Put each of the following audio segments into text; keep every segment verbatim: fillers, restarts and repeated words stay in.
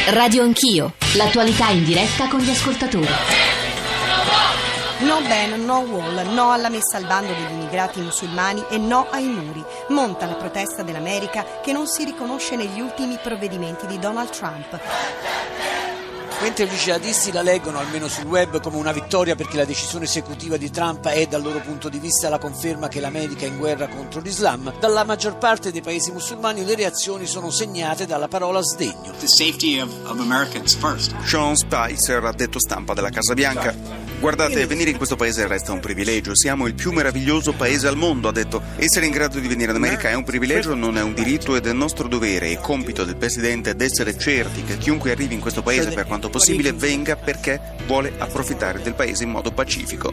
Radio Anch'io, l'attualità in diretta con gli ascoltatori. No ban, no wall, no alla messa al bando degli immigrati musulmani e no ai muri. Monta la protesta dell'America che non si riconosce negli ultimi provvedimenti di Donald Trump. Mentre gli jihadisti la leggono, almeno sul web, come una vittoria perché la decisione esecutiva di Trump è, dal loro punto di vista, la conferma che l'America è in guerra contro l'Islam, dalla maggior parte dei paesi musulmani le reazioni sono segnate dalla parola sdegno. The safety of, of Americans first. Sean Spicer, addetto stampa della Casa Bianca. Guardate, venire in questo paese resta un privilegio. Siamo il più meraviglioso paese al mondo, ha detto. Essere in grado di venire in America è un privilegio, non è un diritto ed è nostro dovere e compito del Presidente ed essere certi che chiunque arrivi in questo paese, per quanto possibile, venga perché vuole approfittare del paese in modo pacifico.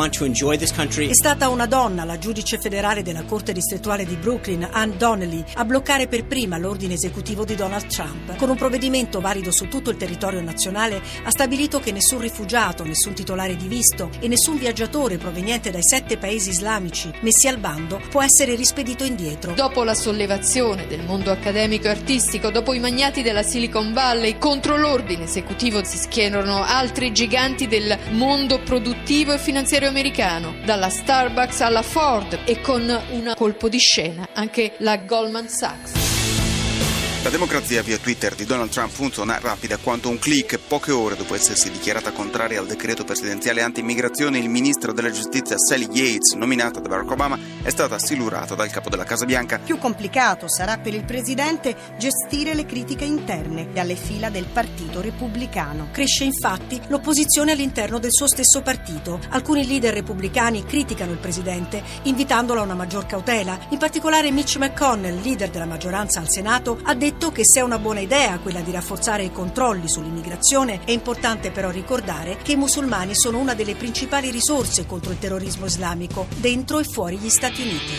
È stata una donna, la giudice federale della Corte distrettuale di Brooklyn, Ann Donnelly, a bloccare per prima l'ordine esecutivo di Donald Trump. Con un provvedimento valido su tutto il territorio nazionale, ha stabilito che nessun rifugiato, nessun titolare di visto e nessun viaggiatore proveniente dai sette paesi islamici messi al bando può essere rispedito indietro. Dopo la sollevazione del mondo accademico e artistico, dopo i magnati della Silicon Valley, contro l'ordine esecutivo si schierano altri giganti del mondo produttivo e finanziario americano, dalla Starbucks alla Ford e con un colpo di scena anche la Goldman Sachs. La democrazia via Twitter di Donald Trump funziona rapida quanto un click. Poche ore dopo essersi dichiarata contraria al decreto presidenziale anti-immigrazione, il ministro della giustizia Sally Yates, nominata da Barack Obama, è stata silurata dal capo della Casa Bianca. Più complicato sarà per il presidente gestire le critiche interne dalle fila del partito repubblicano. Cresce infatti l'opposizione all'interno del suo stesso partito. Alcuni leader repubblicani criticano il presidente, invitandolo a una maggior cautela. In particolare Mitch McConnell, leader della maggioranza al Senato, ha detto che se è una buona idea quella di rafforzare i controlli sull'immigrazione, è importante però ricordare che i musulmani sono una delle principali risorse contro il terrorismo islamico, dentro e fuori gli Stati Uniti.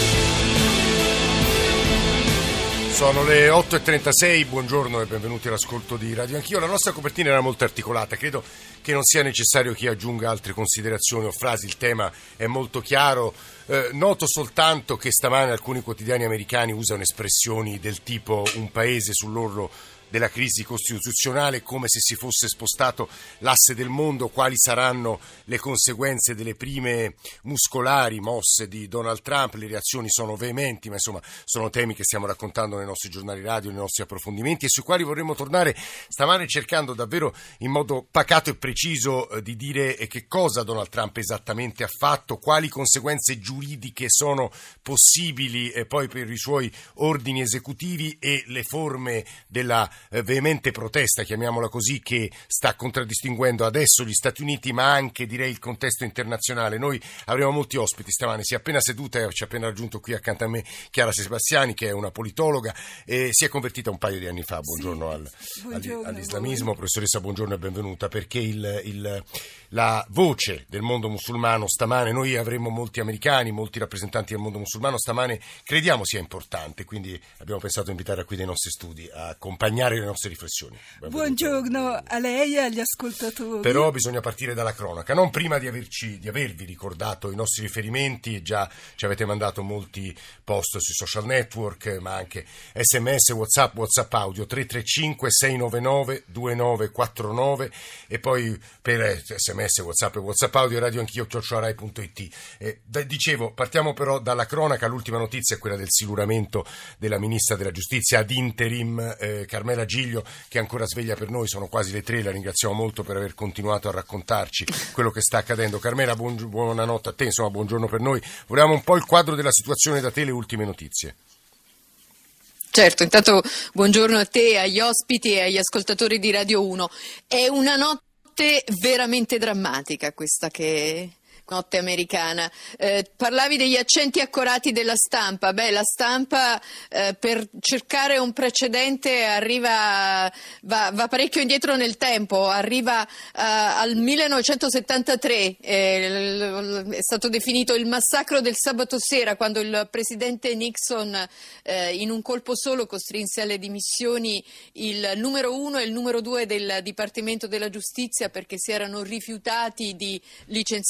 Sono le otto e trentasei, buongiorno e benvenuti all'ascolto di Radio Anch'io. La nostra copertina era molto articolata, credo che non sia necessario che aggiunga altre considerazioni o frasi, il tema è molto chiaro. Eh, noto soltanto che stamane alcuni quotidiani americani usano espressioni del tipo un paese sull'orlo della crisi costituzionale, come se si fosse spostato l'asse del mondo, quali saranno le conseguenze delle prime muscolari mosse di Donald Trump. Le reazioni sono veementi, ma insomma sono temi che stiamo raccontando nei nostri giornali radio, nei nostri approfondimenti e sui quali vorremmo tornare stamane, cercando davvero in modo pacato e preciso eh, di dire eh, che cosa Donald Trump esattamente ha fatto, quali conseguenze giuridiche sono possibili eh, poi per i suoi ordini esecutivi e le forme della Eh, veemente protesta, chiamiamola così, che sta contraddistinguendo adesso gli Stati Uniti, ma anche direi il contesto internazionale. Noi avremo molti ospiti stamane, si è appena seduta e ci ha appena raggiunto qui accanto a me Chiara Sebastiani, che è una politologa e si è convertita un paio di anni fa, buongiorno, sì, al, buongiorno all'islamismo. Buongiorno. Professoressa, buongiorno e benvenuta, perché il, il, la voce del mondo musulmano stamane, noi avremo molti americani, molti rappresentanti del mondo musulmano, stamane crediamo sia importante, quindi abbiamo pensato di invitare qui dei nostri studi a accompagnare le nostre riflessioni. Buongiorno a lei e agli ascoltatori. Però bisogna partire dalla cronaca, non prima di averci di avervi ricordato i nostri riferimenti. Già ci avete mandato molti post sui social network, ma anche sms, whatsapp, whatsapp audio tre tre cinque sei nove nove due nove quattro nove e poi per sms, whatsapp e whatsapp audio radio anch'io chiocciola rai punto it. Eh, dicevo, partiamo però dalla cronaca. L'ultima notizia è quella del siluramento della ministra della giustizia ad interim, eh, Carmela Giglio, che è ancora sveglia per noi, sono quasi le tre, la ringraziamo molto per aver continuato a raccontarci quello che sta accadendo. Carmela, buon, buonanotte a te, insomma buongiorno per noi. Volevamo un po' il quadro della situazione da te, le ultime notizie. Certo, intanto buongiorno a te, agli ospiti e agli ascoltatori di Radio uno. È una notte veramente drammatica questa che... notte americana. Eh, parlavi degli accenti accorati della stampa. Beh, la stampa eh, per cercare un precedente arriva va, va parecchio indietro nel tempo, arriva eh, al millenovecentosettantatré, eh, è stato definito il massacro del sabato sera, quando il presidente Nixon eh, in un colpo solo costrinse alle dimissioni il numero uno e il numero due del Dipartimento della Giustizia perché si erano rifiutati di licenziare il giudice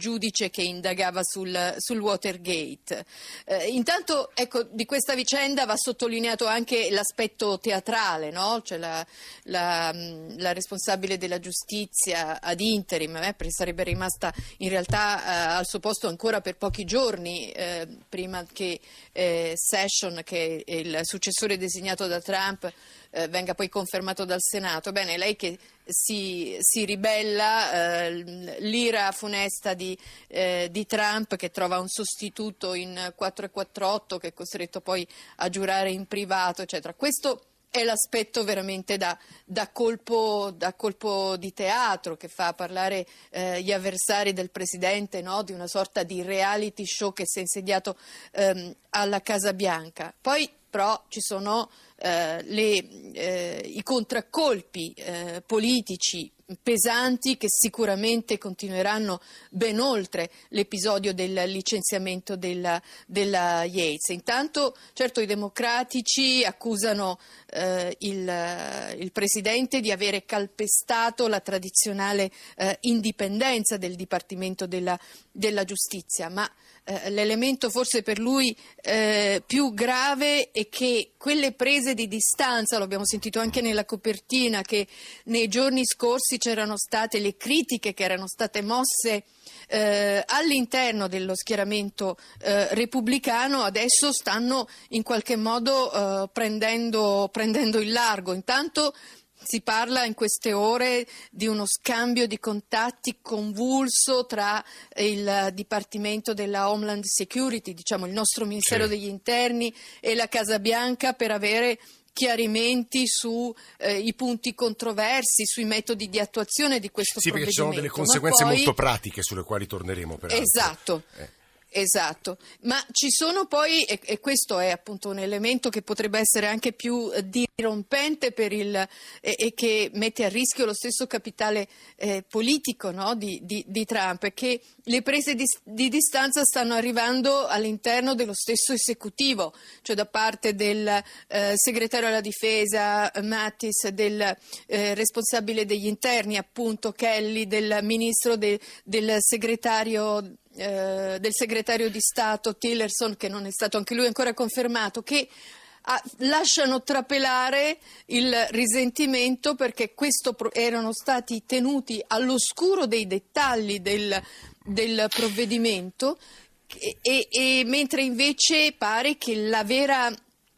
giudice che indagava sul, sul Watergate. Eh, intanto, ecco, di questa vicenda va sottolineato anche l'aspetto teatrale, no? Cioè la, la, la responsabile della giustizia ad interim, eh, perché sarebbe rimasta in realtà eh, al suo posto ancora per pochi giorni, eh, prima che eh, Sessions, che è il successore designato da Trump, eh, venga poi confermato dal Senato. Bene, lei che si, si ribella, eh, l'ira funesta di, eh, di Trump, che trova un sostituto in quattrocentoquarantotto, che è costretto poi a giurare in privato, eccetera. Questo è l'aspetto veramente da, da, colpo, da colpo di teatro, che fa parlare eh, gli avversari del presidente, no? Di una sorta di reality show che si è insediato ehm, alla Casa Bianca. Poi però ci sono eh, le, eh, i contraccolpi eh, politici pesanti che sicuramente continueranno ben oltre l'episodio del licenziamento della, della Yates. Intanto, certo, i democratici accusano eh, il, il presidente di avere calpestato la tradizionale eh, indipendenza del Dipartimento della, della Giustizia, ma eh, l'elemento forse per lui eh, più grave è che quelle prese di distanza, lo abbiamo sentito anche nella copertina, che nei giorni scorsi c'erano state le critiche che erano state mosse eh, all'interno dello schieramento eh, repubblicano, adesso stanno in qualche modo eh, prendendo, prendendo il largo. Intanto si parla in queste ore di uno scambio di contatti convulso tra il Dipartimento della Homeland Security, diciamo il nostro Ministero sì. degli Interni, e la Casa Bianca per avere chiarimenti sui eh, punti controversi, sui metodi di attuazione di questo sì, provvedimento. Sì, perché ci sono delle conseguenze poi molto pratiche sulle quali torneremo. Peraltro. Esatto. Eh. Esatto, ma ci sono poi, e, e questo è appunto un elemento che potrebbe essere anche più eh, dirompente per il, e, e che mette a rischio lo stesso capitale eh, politico, no, di, di, di Trump, è che le prese di, di distanza stanno arrivando all'interno dello stesso esecutivo, cioè da parte del eh, segretario alla difesa Mattis, del eh, responsabile degli interni appunto Kelly, del ministro de, del segretario Eh, del segretario di Stato Tillerson, che non è stato anche lui ancora confermato, che ah, lasciano trapelare il risentimento perché questo pro- erano stati tenuti all'oscuro dei dettagli del, del provvedimento e, e, e mentre invece pare che la vera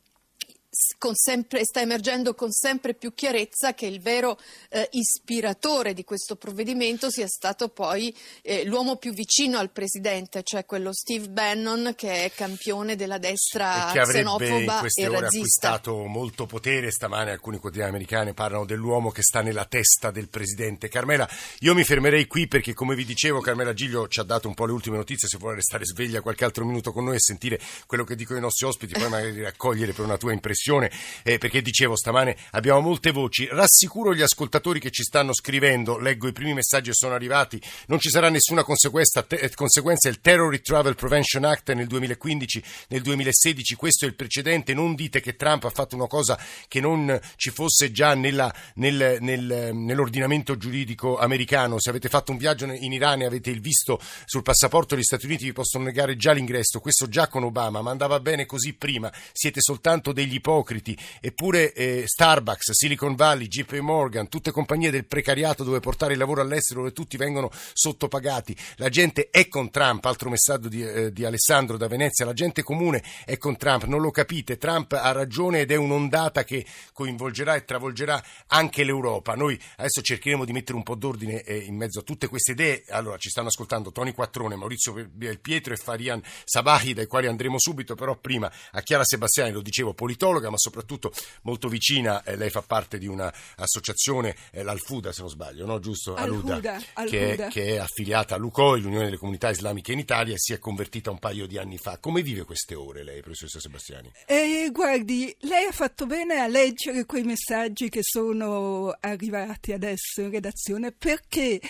Con sempre, sta emergendo con sempre più chiarezza che il vero eh, ispiratore di questo provvedimento sia stato poi eh, l'uomo più vicino al presidente, cioè quello Steve Bannon, che è campione della destra e che xenofoba avrebbe in queste e ore razzista. acquistato molto potere. Stamane alcuni quotidiani americani parlano dell'uomo che sta nella testa del presidente. Carmela, io mi fermerei qui perché, come vi dicevo, Carmela Giglio ci ha dato un po' le ultime notizie. Se vuole restare sveglia qualche altro minuto con noi e sentire quello che dicono i nostri ospiti, poi magari raccogliere per una tua impressione. Eh, perché dicevo stamane abbiamo molte voci. Rassicuro gli ascoltatori che ci stanno scrivendo, leggo i primi messaggi che sono arrivati. Non ci sarà nessuna conseguenza, te, conseguenza il Terror Travel Prevention Act nel duemilaquindici, nel duemilasedici, questo è il precedente. Non dite che Trump ha fatto una cosa che non ci fosse già nella, nel, nel, nell'ordinamento giuridico americano. Se avete fatto un viaggio in Iran e avete il visto sul passaporto degli Stati Uniti vi possono negare già l'ingresso, questo già con Obama, ma andava bene così prima. Siete soltanto degli ipocriti. Eppure eh, Starbucks, Silicon Valley, J P Morgan, tutte compagnie del precariato dove portare il lavoro all'estero, dove tutti vengono sottopagati. La gente è con Trump, altro messaggio di, eh, di Alessandro da Venezia, la gente comune è con Trump, non lo capite, Trump ha ragione ed è un'ondata che coinvolgerà e travolgerà anche l'Europa. Noi adesso cercheremo di mettere un po' d'ordine eh, in mezzo a tutte queste idee. Allora, ci stanno ascoltando Toni Quattrone, Maurizio Pietro e Farian Sabahi, dai quali andremo subito, però prima a Chiara Sebastiani, lo dicevo, politologa, ma soprattutto molto vicina, eh, lei fa parte di un'associazione, eh, l'Al-Fuda se non sbaglio, no? Giusto? Al-Huda, Al-Huda, Al-Huda. Che, è, che è affiliata all'U C O I, l'Unione delle Comunità Islamiche in Italia, e si è convertita un paio di anni fa. Come vive queste ore lei, professoressa Sebastiani? Eh, guardi, lei ha fatto bene a leggere quei messaggi che sono arrivati adesso in redazione, perché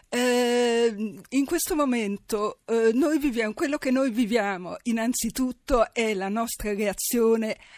eh, in questo momento eh, noi viviamo, quello che noi viviamo innanzitutto è la nostra reazione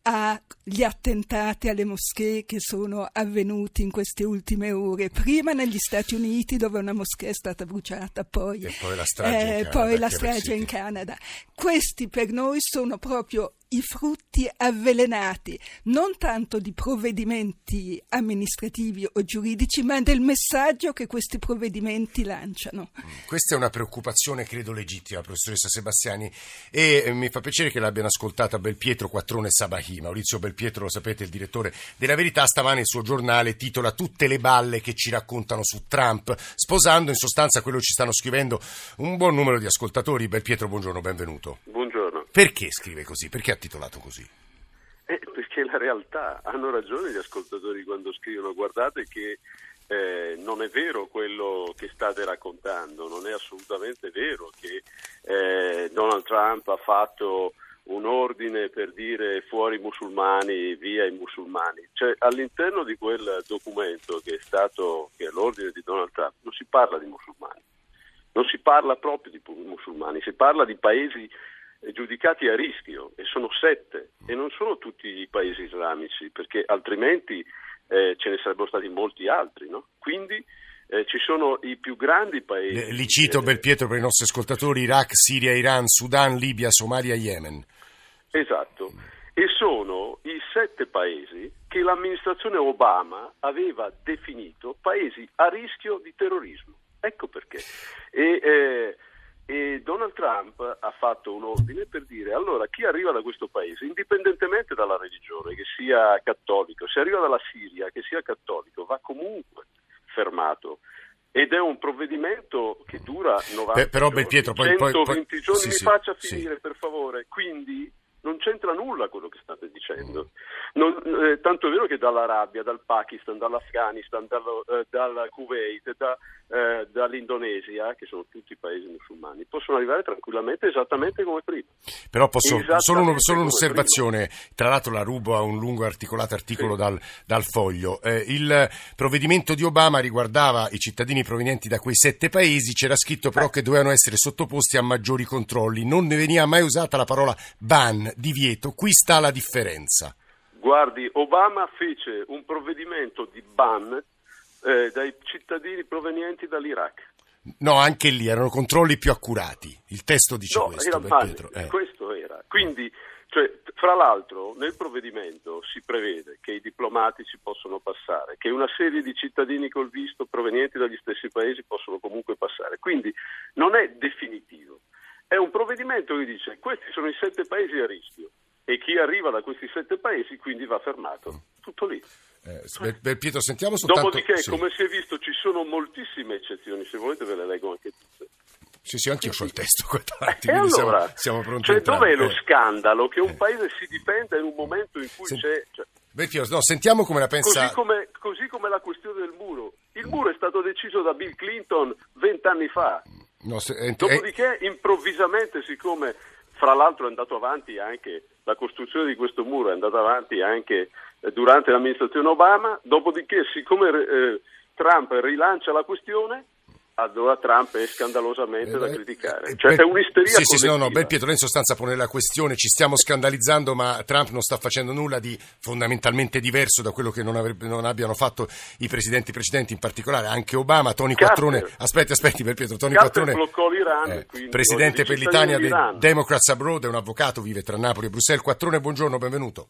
agli attentati alle moschee che sono avvenuti in queste ultime ore, prima negli Stati Uniti dove una moschea è stata bruciata, poi, e poi la strage, eh, in, Canada, poi la strage in Canada. Questi per noi sono proprio i frutti avvelenati, non tanto di provvedimenti amministrativi o giuridici, ma del messaggio che questi provvedimenti lanciano. Questa è una preoccupazione, credo, legittima, professoressa Sebastiani, e mi fa piacere che l'abbiano ascoltata Belpietro Quattrone Sabahi. Maurizio Belpietro, lo sapete, il direttore della Verità, stamane il suo giornale titola "Tutte le balle che ci raccontano su Trump", sposando in sostanza quello che ci stanno scrivendo un buon numero di ascoltatori. Belpietro, buongiorno, benvenuto. Buongiorno. Perché scrive così? Perché ha titolato così? Eh, perché è la realtà. Hanno ragione gli ascoltatori quando scrivono: guardate che eh, non è vero quello che state raccontando, non è assolutamente vero che eh, Donald Trump ha fatto un ordine per dire fuori i musulmani, via i musulmani. Cioè, all'interno di quel documento che è stato, che è l'ordine di Donald Trump, non si parla di musulmani, non si parla proprio di musulmani, si parla di paesi giudicati a rischio, e sono sette, e non sono tutti i paesi islamici, perché altrimenti eh, ce ne sarebbero stati molti altri, no? Quindi eh, ci sono i più grandi paesi. Li cito, eh, Belpietro, per i nostri ascoltatori: Iraq, Siria, Iran, Sudan, Libia, Somalia, Yemen. Esatto, e sono i sette paesi che l'amministrazione Obama aveva definito paesi a rischio di terrorismo. Ecco perché. E eh, E Donald Trump ha fatto un ordine per dire: allora, chi arriva da questo paese, indipendentemente dalla religione, che sia cattolico, se arriva dalla Siria, che sia cattolico, va comunque fermato. Ed è un provvedimento che dura novanta Beh, però, giorni, Belpietro, poi, centoventi poi, poi, giorni, sì, mi sì, faccia finire, sì. Per favore. Quindi non c'entra nulla quello che state dicendo. Non, eh, tanto è vero che dall'Arabia, dal Pakistan, dall'Afghanistan, dallo, eh, dal Kuwait, da, eh, dall'Indonesia, che sono tutti paesi musulmani, possono arrivare tranquillamente esattamente come prima. Però posso solo, uno, solo un'osservazione, prima. Tra l'altro la rubo a un lungo articolato articolo sì. dal, dal Foglio. Eh, il provvedimento di Obama riguardava i cittadini provenienti da quei sette paesi, c'era scritto però eh. che dovevano essere sottoposti a maggiori controlli, non ne veniva mai usata la parola ban, divieto. Qui sta la differenza. Guardi, Obama fece un provvedimento di ban eh, dai cittadini provenienti dall'Iraq. No, anche lì erano controlli più accurati. Il testo dice no, questo. Era ban, eh. Questo era. Quindi, cioè, fra l'altro, nel provvedimento si prevede che i diplomatici possono passare, che una serie di cittadini col visto provenienti dagli stessi paesi possono comunque passare. Quindi non è definitivo. È un provvedimento che dice: questi sono i sette paesi a rischio e chi arriva da questi sette paesi quindi va fermato. Tutto lì. Eh, per Pietro, sentiamo soltanto... Dopodiché, sì. come si è visto, ci sono moltissime eccezioni. Se volete ve le leggo anche tutte. Sì, sì, anche io ho il testo qua davanti, e quindi allora, siamo, siamo pronti cioè, entrambi. dov'è lo eh. scandalo che un paese si difenda in un momento in cui Sent... c'è... Cioè... Belpietro, no, sentiamo come la pensa... Così come, così come la questione del muro. Il muro è stato deciso da Bill Clinton vent'anni fa. No, se, eh, Dopodiché, eh... improvvisamente, siccome fra l'altro è andato avanti anche la costruzione di questo muro, è andata avanti anche eh, durante l'amministrazione Obama, dopodiché, siccome eh, Trump rilancia la questione, allora Trump è scandalosamente eh, da criticare. Cioè, per... è un'isteria sì, collettiva. Sì, no, no, Belpietro, lei in sostanza pone la questione, ci stiamo scandalizzando, ma Trump non sta facendo nulla di fondamentalmente diverso da quello che non, avrebbe, non abbiano fatto i presidenti precedenti, in particolare anche Obama. Tony Carter. Quattrone, aspetti, aspetti Belpietro, Tony Carter Quattrone, bloccò l'Iran, eh, quindi, presidente per l'Italia dei Democrats Abroad, è un avvocato, vive tra Napoli e Bruxelles. Quattrone, buongiorno, benvenuto.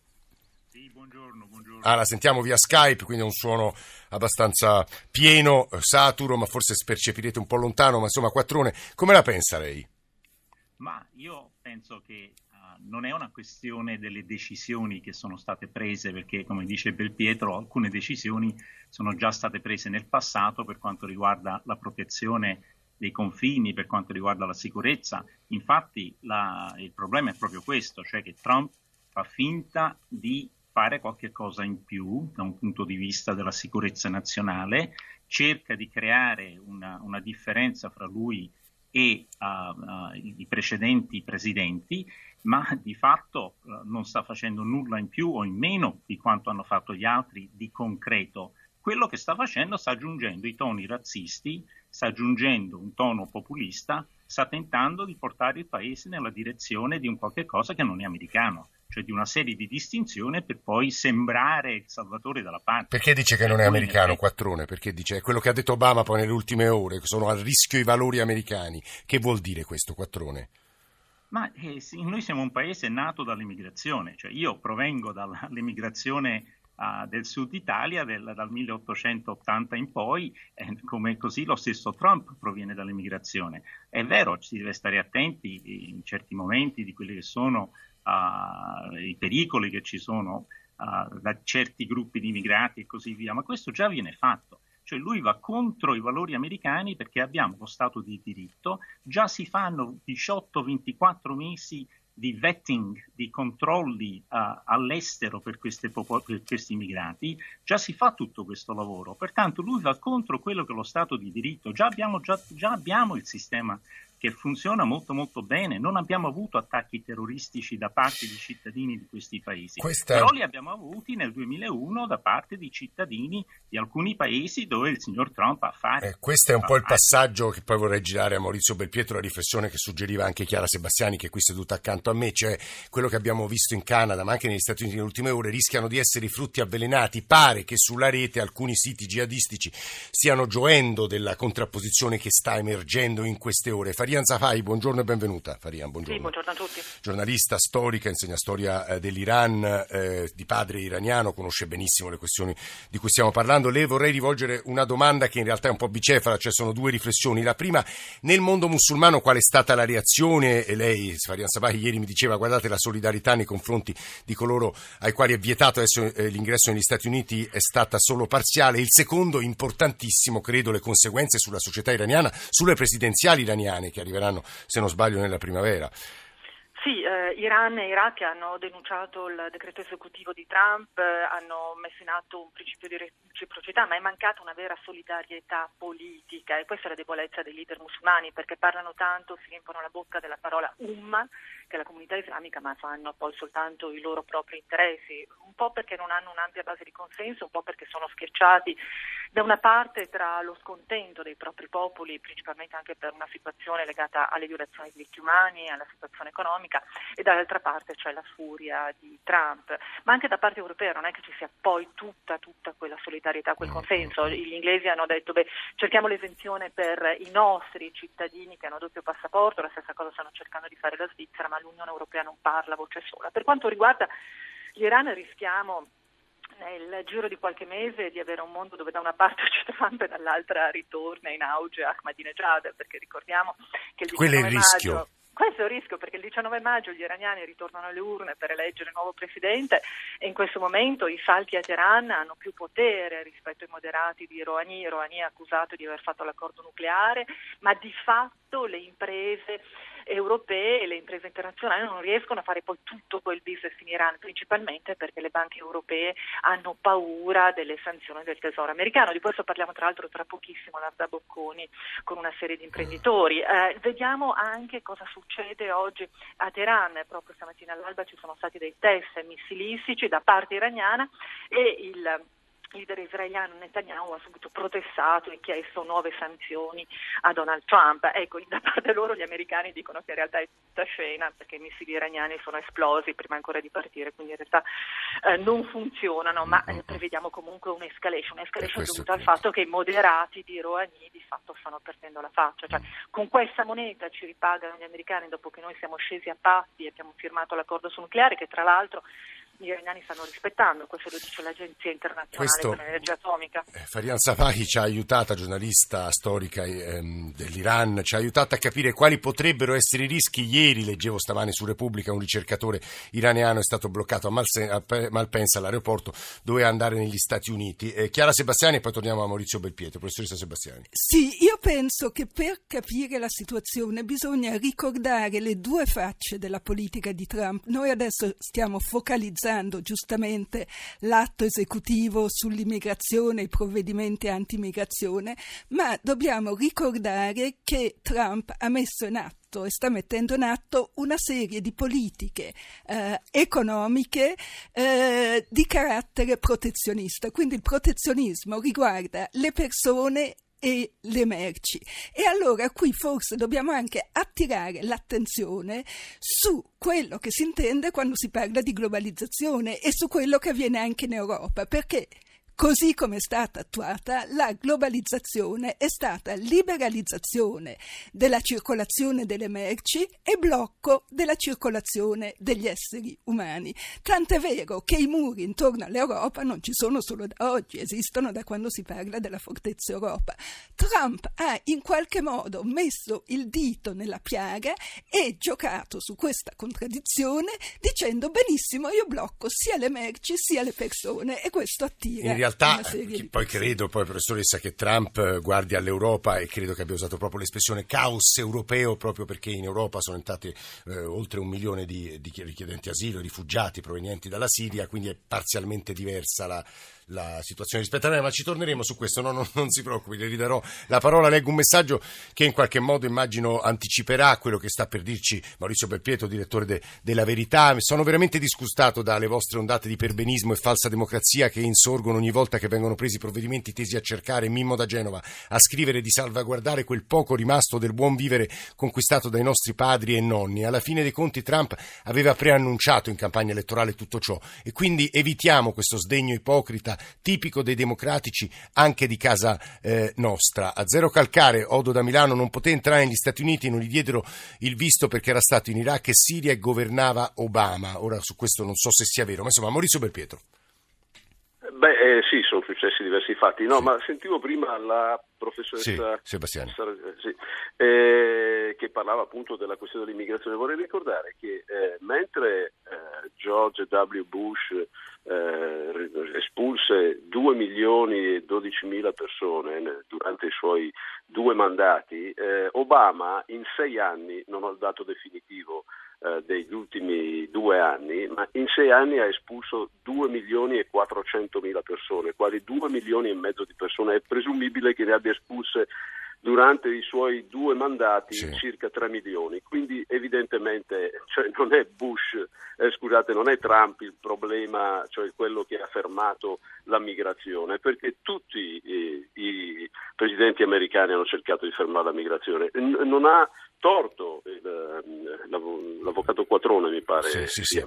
Ah, la sentiamo via Skype, quindi è un suono abbastanza pieno, saturo, ma forse percepirete un po' lontano, ma insomma, Quattrone, come la pensa lei? Ma io penso che uh, non è una questione delle decisioni che sono state prese, perché come dice Belpietro, alcune decisioni sono già state prese nel passato per quanto riguarda la protezione dei confini, per quanto riguarda la sicurezza. Infatti la, il problema è proprio questo, cioè che Trump fa finta di fare qualche cosa in più da un punto di vista della sicurezza nazionale, cerca di creare una, una differenza fra lui e uh, uh, i precedenti presidenti, ma di fatto uh, non sta facendo nulla in più o in meno di quanto hanno fatto gli altri di concreto. Quello che sta facendo, sta aggiungendo i toni razzisti, sta aggiungendo un tono populista, sta tentando di portare il paese nella direzione di un qualche cosa che non è americano, cioè di una serie di distinzioni per poi sembrare il salvatore dalla patria. Perché dice che non è americano, Quattrone? Perché dice, è quello che ha detto Obama poi nelle ultime ore, che sono a rischio i valori americani. Che vuol dire questo, Quattrone? Ma eh, sì, noi siamo un paese nato dall'immigrazione, cioè io provengo dall'immigrazione uh, del sud Italia del, dal milleottocentottanta in poi, eh, come così lo stesso Trump proviene dall'immigrazione. È vero, ci deve stare attenti in certi momenti di quelli che sono uh, i pericoli che ci sono uh, da certi gruppi di immigrati e così via, ma questo già viene fatto. Cioè lui va contro i valori americani perché abbiamo lo Stato di diritto, già si fanno diciotto ventiquattro mesi di vetting, di controlli uh, all'estero per, queste popo- per questi immigrati, già si fa tutto questo lavoro, pertanto lui va contro quello che è lo Stato di diritto, già abbiamo, già, già abbiamo il sistema che funziona molto molto bene, non abbiamo avuto attacchi terroristici da parte di cittadini di questi paesi, Questa... però li abbiamo avuti nel duemilauno da parte di cittadini di alcuni paesi dove il signor Trump ha affari. Eh, questo è un po' il passaggio che poi vorrei girare a Maurizio Belpietro, la riflessione che suggeriva anche Chiara Sebastiani, che è qui seduta accanto a me, cioè quello che abbiamo visto in Canada, ma anche negli Stati Uniti nelle ultime ore, rischiano di essere i frutti avvelenati. Pare che sulla rete alcuni siti jihadistici stiano gioendo della contrapposizione che sta emergendo in queste ore. Farian Safai, buongiorno e benvenuta. Farian, buongiorno. Sì, buongiorno a tutti. Giornalista, storica, insegna storia eh, dell'Iran, eh, di padre iraniano, conosce benissimo le questioni di cui stiamo parlando. Le vorrei rivolgere una domanda che in realtà è un po' bicefala, cioè sono due riflessioni. La prima, nel mondo musulmano qual è stata la reazione? E lei, Farian Safai, ieri mi diceva, guardate, la solidarietà nei confronti di coloro ai quali è vietato adesso eh, l'ingresso negli Stati Uniti è stata solo parziale. Il secondo, importantissimo, credo, le conseguenze sulla società iraniana, sulle presidenziali iraniane che arriveranno, se non sbaglio, nella primavera. Sì, eh, Iran e Iraq hanno denunciato il decreto esecutivo di Trump, eh, hanno messo in atto un principio di reciprocità, ma è mancata una vera solidarietà politica e questa è la debolezza dei leader musulmani, perché parlano tanto, si riempiono la bocca della parola umma, che è la comunità islamica, ma fanno poi soltanto i loro propri interessi, un po' perché non hanno un'ampia base di consenso, un po' perché sono schiacciati da una parte tra lo scontento dei propri popoli, principalmente anche per una situazione legata alle violazioni dei diritti umani, alla situazione economica, e dall'altra parte c'è la furia di Trump, ma anche da parte europea non è che ci sia poi tutta tutta quella solidarietà, quel consenso. Gli inglesi hanno detto beh, cerchiamo l'esenzione per i nostri cittadini che hanno doppio passaporto, la stessa cosa stanno cercando di fare la Svizzera, ma l'Unione Europea non parla a voce sola. Per quanto riguarda l'Iran rischiamo nel giro di qualche mese di avere un mondo dove da una parte c'è Trump e dall'altra ritorna in auge Ahmadinejad, perché ricordiamo che il diciannove maggio questo è il rischio, perché il diciannove maggio gli iraniani ritornano alle urne per eleggere il nuovo presidente e in questo momento i falchi a Teheran hanno più potere rispetto ai moderati di Rouhani. Rouhani è accusato di aver fatto l'accordo nucleare, ma di fatto le imprese europee e le imprese internazionali non riescono a fare poi tutto quel business in Iran, principalmente perché le banche europee hanno paura delle sanzioni del tesoro americano. Di questo parliamo tra l'altro tra pochissimo, Narda Bocconi, con una serie di imprenditori. Eh, vediamo anche cosa succede oggi a Teheran. Proprio stamattina all'alba ci sono stati dei test missilistici da parte iraniana e il Il leader israeliano Netanyahu ha subito protestato e chiesto nuove sanzioni a Donald Trump. Ecco, da parte loro gli americani dicono che in realtà è tutta scena perché i missili iraniani sono esplosi prima ancora di partire, quindi in realtà eh, non funzionano, ma eh, prevediamo comunque un'escalation, un'escalation dovuta al fatto che i moderati di Rouhani di fatto stanno perdendo la faccia. Cioè, con questa moneta ci ripagano gli americani dopo che noi siamo scesi a patti e abbiamo firmato l'accordo sul nucleare, che tra l'altro gli iraniani stanno rispettando, questo lo dice l'Agenzia Internazionale questo, per l'Energia Atomica. Eh, Farian Safai ci ha aiutata, giornalista storica ehm, dell'Iran, ci ha aiutato a capire quali potrebbero essere i rischi. Ieri leggevo stamane su Repubblica un ricercatore iraniano è stato bloccato a, Malse- a Malpensa all'aeroporto, doveva andare negli Stati Uniti. Eh, Chiara Sebastiani e poi torniamo a Maurizio Belpietro. Professoressa Sebastiani. Sì, io penso che per capire la situazione bisogna ricordare le due facce della politica di Trump. Noi adesso stiamo focalizzando giustamente l'atto esecutivo sull'immigrazione, i provvedimenti anti-immigrazione, ma dobbiamo ricordare che Trump ha messo in atto e sta mettendo in atto una serie di politiche eh, economiche eh, di carattere protezionista. Quindi il protezionismo riguarda le persone e le merci. E allora qui forse dobbiamo anche attirare l'attenzione su quello che si intende quando si parla di globalizzazione e su quello che avviene anche in Europa, perché così come è stata attuata, la globalizzazione è stata liberalizzazione della circolazione delle merci e blocco della circolazione degli esseri umani. Tant'è vero che i muri intorno all'Europa non ci sono solo da oggi, esistono da quando si parla della fortezza Europa. Trump ha in qualche modo messo il dito nella piaga e giocato su questa contraddizione dicendo benissimo, io blocco sia le merci sia le persone, e questo attira. In realtà, poi credo, poi professoressa, che Trump guardi all'Europa, e credo che abbia usato proprio l'espressione caos europeo, proprio perché in Europa sono entrati eh, oltre un milione di, di richiedenti asilo, rifugiati provenienti dalla Siria, quindi è parzialmente diversa la, la situazione rispetto a noi, ma ci torneremo su questo, no, non, non si preoccupi, le ridarò la parola. Leggo un messaggio che in qualche modo immagino anticiperà quello che sta per dirci Maurizio Belpietro, direttore de, della Verità. Sono veramente disgustato dalle vostre ondate di perbenismo e falsa democrazia che insorgono ogni volta che vengono presi provvedimenti tesi a cercare, Mimmo da Genova, a scrivere di salvaguardare quel poco rimasto del buon vivere conquistato dai nostri padri e nonni. Alla fine dei conti Trump aveva preannunciato in campagna elettorale tutto ciò, e quindi evitiamo questo sdegno ipocrita tipico dei democratici anche di casa eh, nostra. A Zero Calcare, Odo da Milano: non poté entrare negli Stati Uniti, non gli diedero il visto perché era stato in Iraq e Siria e governava Obama. Ora su questo non so se sia vero, ma insomma, Maurizio Belpietro. Beh, eh, sì, sono successi diversi fatti. No, sì. Ma sentivo prima la professoressa sì, Sebastiani sì, eh, che parlava appunto della questione dell'immigrazione. Vorrei ricordare che eh, mentre eh, George W. Bush eh, espulse due milioni e dodicimila persone durante i suoi due mandati, eh, Obama in sei anni, non ho il dato definitivo degli ultimi due anni, ma in sei anni ha espulso due milioni e quattrocentomila persone, quali due milioni e mezzo di persone. È presumibile che ne abbia espulse durante i suoi due mandati sì. circa tre milioni. Quindi evidentemente, cioè, non è Bush, eh, scusate, non è Trump il problema, cioè quello che ha fermato la migrazione, perché tutti i, i presidenti americani hanno cercato di fermare la migrazione. N- non ha torto il, l'avvocato Quattrone, mi pare. Sì, sì, sì.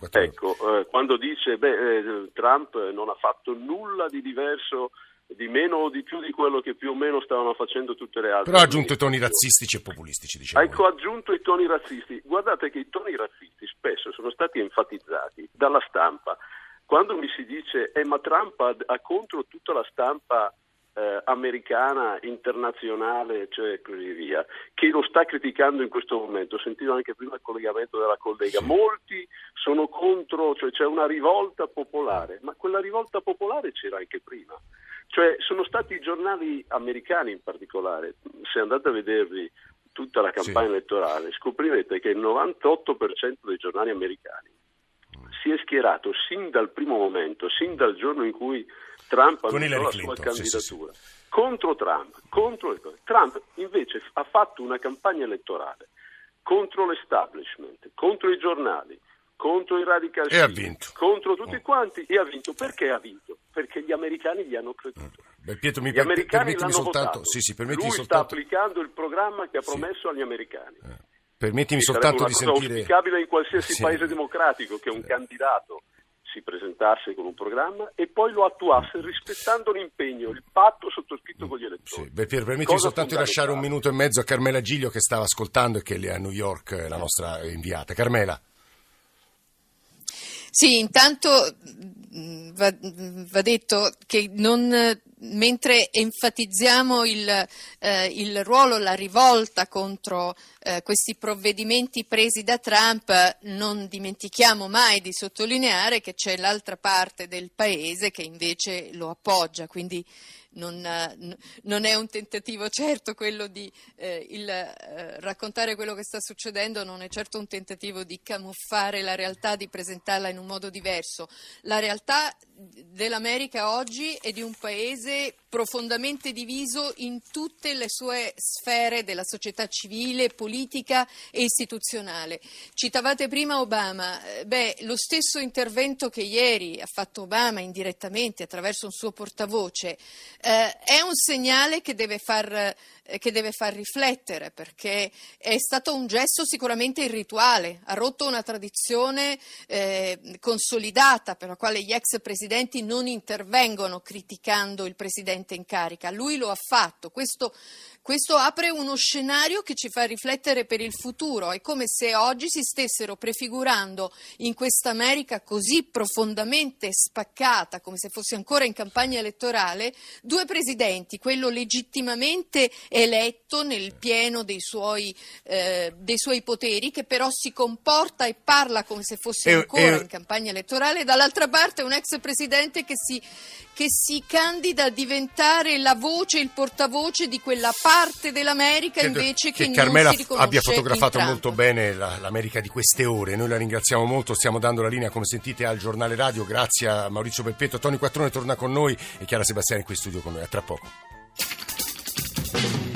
Ecco, eh, quando dice beh, eh, Trump non ha fatto nulla di diverso, di meno o di più di quello che più o meno stavano facendo tutte le altre. Però ha aggiunto i toni razzistici e populistici, diciamo. Ecco, ha aggiunto i toni razzisti. Guardate che i toni razzisti spesso sono stati enfatizzati dalla stampa. Quando mi si dice eh, ma Trump ha, ha contro tutta la stampa Eh, americana, internazionale, cioè così via, che lo sta criticando in questo momento. Sentivo anche prima il collegamento della collega. Sì. Molti sono contro, cioè c'è una rivolta popolare, ma quella rivolta popolare c'era anche prima. Cioè sono stati i giornali americani in particolare, se andate a vedervi tutta la campagna sì. elettorale, scoprirete che il novantotto per cento dei giornali americani si è schierato sin dal primo momento, sin dal giorno in cui Trump annunciò la sua candidatura, sì, sì. contro Trump, contro Trump invece ha fatto una campagna elettorale contro l'establishment, contro i giornali, contro i radical chic, contro tutti quanti, e ha vinto. Perché ha vinto? Perché gli americani gli hanno creduto. Beh, Pietro, mi gli americani l'hanno soltanto, votato. Sì, sì, Lui soltanto... sta applicando il programma che ha promesso sì. agli americani. Eh. Permettimi soltanto di sentire... È auspicabile in qualsiasi sì. paese democratico che un candidato si presentasse con un programma e poi lo attuasse rispettando l'impegno, il patto sottoscritto con gli elettori. Sì. Beh, Pier, permettimi soltanto di lasciare un minuto e mezzo a Carmela Giglio, che stava ascoltando e che è a New York, è la nostra inviata. Carmela. Sì, intanto va, va detto che non, mentre enfatizziamo il, eh, il ruolo, la rivolta contro eh, questi provvedimenti presi da Trump, non dimentichiamo mai di sottolineare che c'è l'altra parte del paese che invece lo appoggia, quindi non, non è un tentativo certo quello di eh, il, eh, raccontare quello che sta succedendo, non è certo un tentativo di camuffare la realtà, di presentarla in un modo diverso. La realtà dell'America oggi è di un paese paese profondamente diviso in tutte le sue sfere della società civile, politica e istituzionale. Citavate prima Obama, beh, lo stesso intervento che ieri ha fatto Obama indirettamente attraverso un suo portavoce eh, è un segnale che deve far che deve far riflettere, perché è stato un gesto sicuramente irrituale, ha rotto una tradizione eh, consolidata per la quale gli ex presidenti non intervengono criticando il presidente in carica. Lui lo ha fatto. Questo, questo apre uno scenario che ci fa riflettere per il futuro. È come se oggi si stessero prefigurando in questa America così profondamente spaccata, come se fosse ancora in campagna elettorale, due presidenti, quello legittimamente eletto nel pieno dei suoi, eh, dei suoi poteri, che però si comporta e parla come se fosse e, ancora e... in campagna elettorale, e dall'altra parte un ex presidente che si, che si candida a diventare la voce, il portavoce di quella parte dell'America Credo invece che, che non Carmela si riconosce abbia fotografato in molto bene la, l'America di queste ore. Noi la ringraziamo molto, stiamo dando la linea, come sentite, al giornale radio. Grazie a Maurizio Belpietro. Toni Quattrone torna con noi e Chiara Sebastiani qui in studio con noi. A tra poco.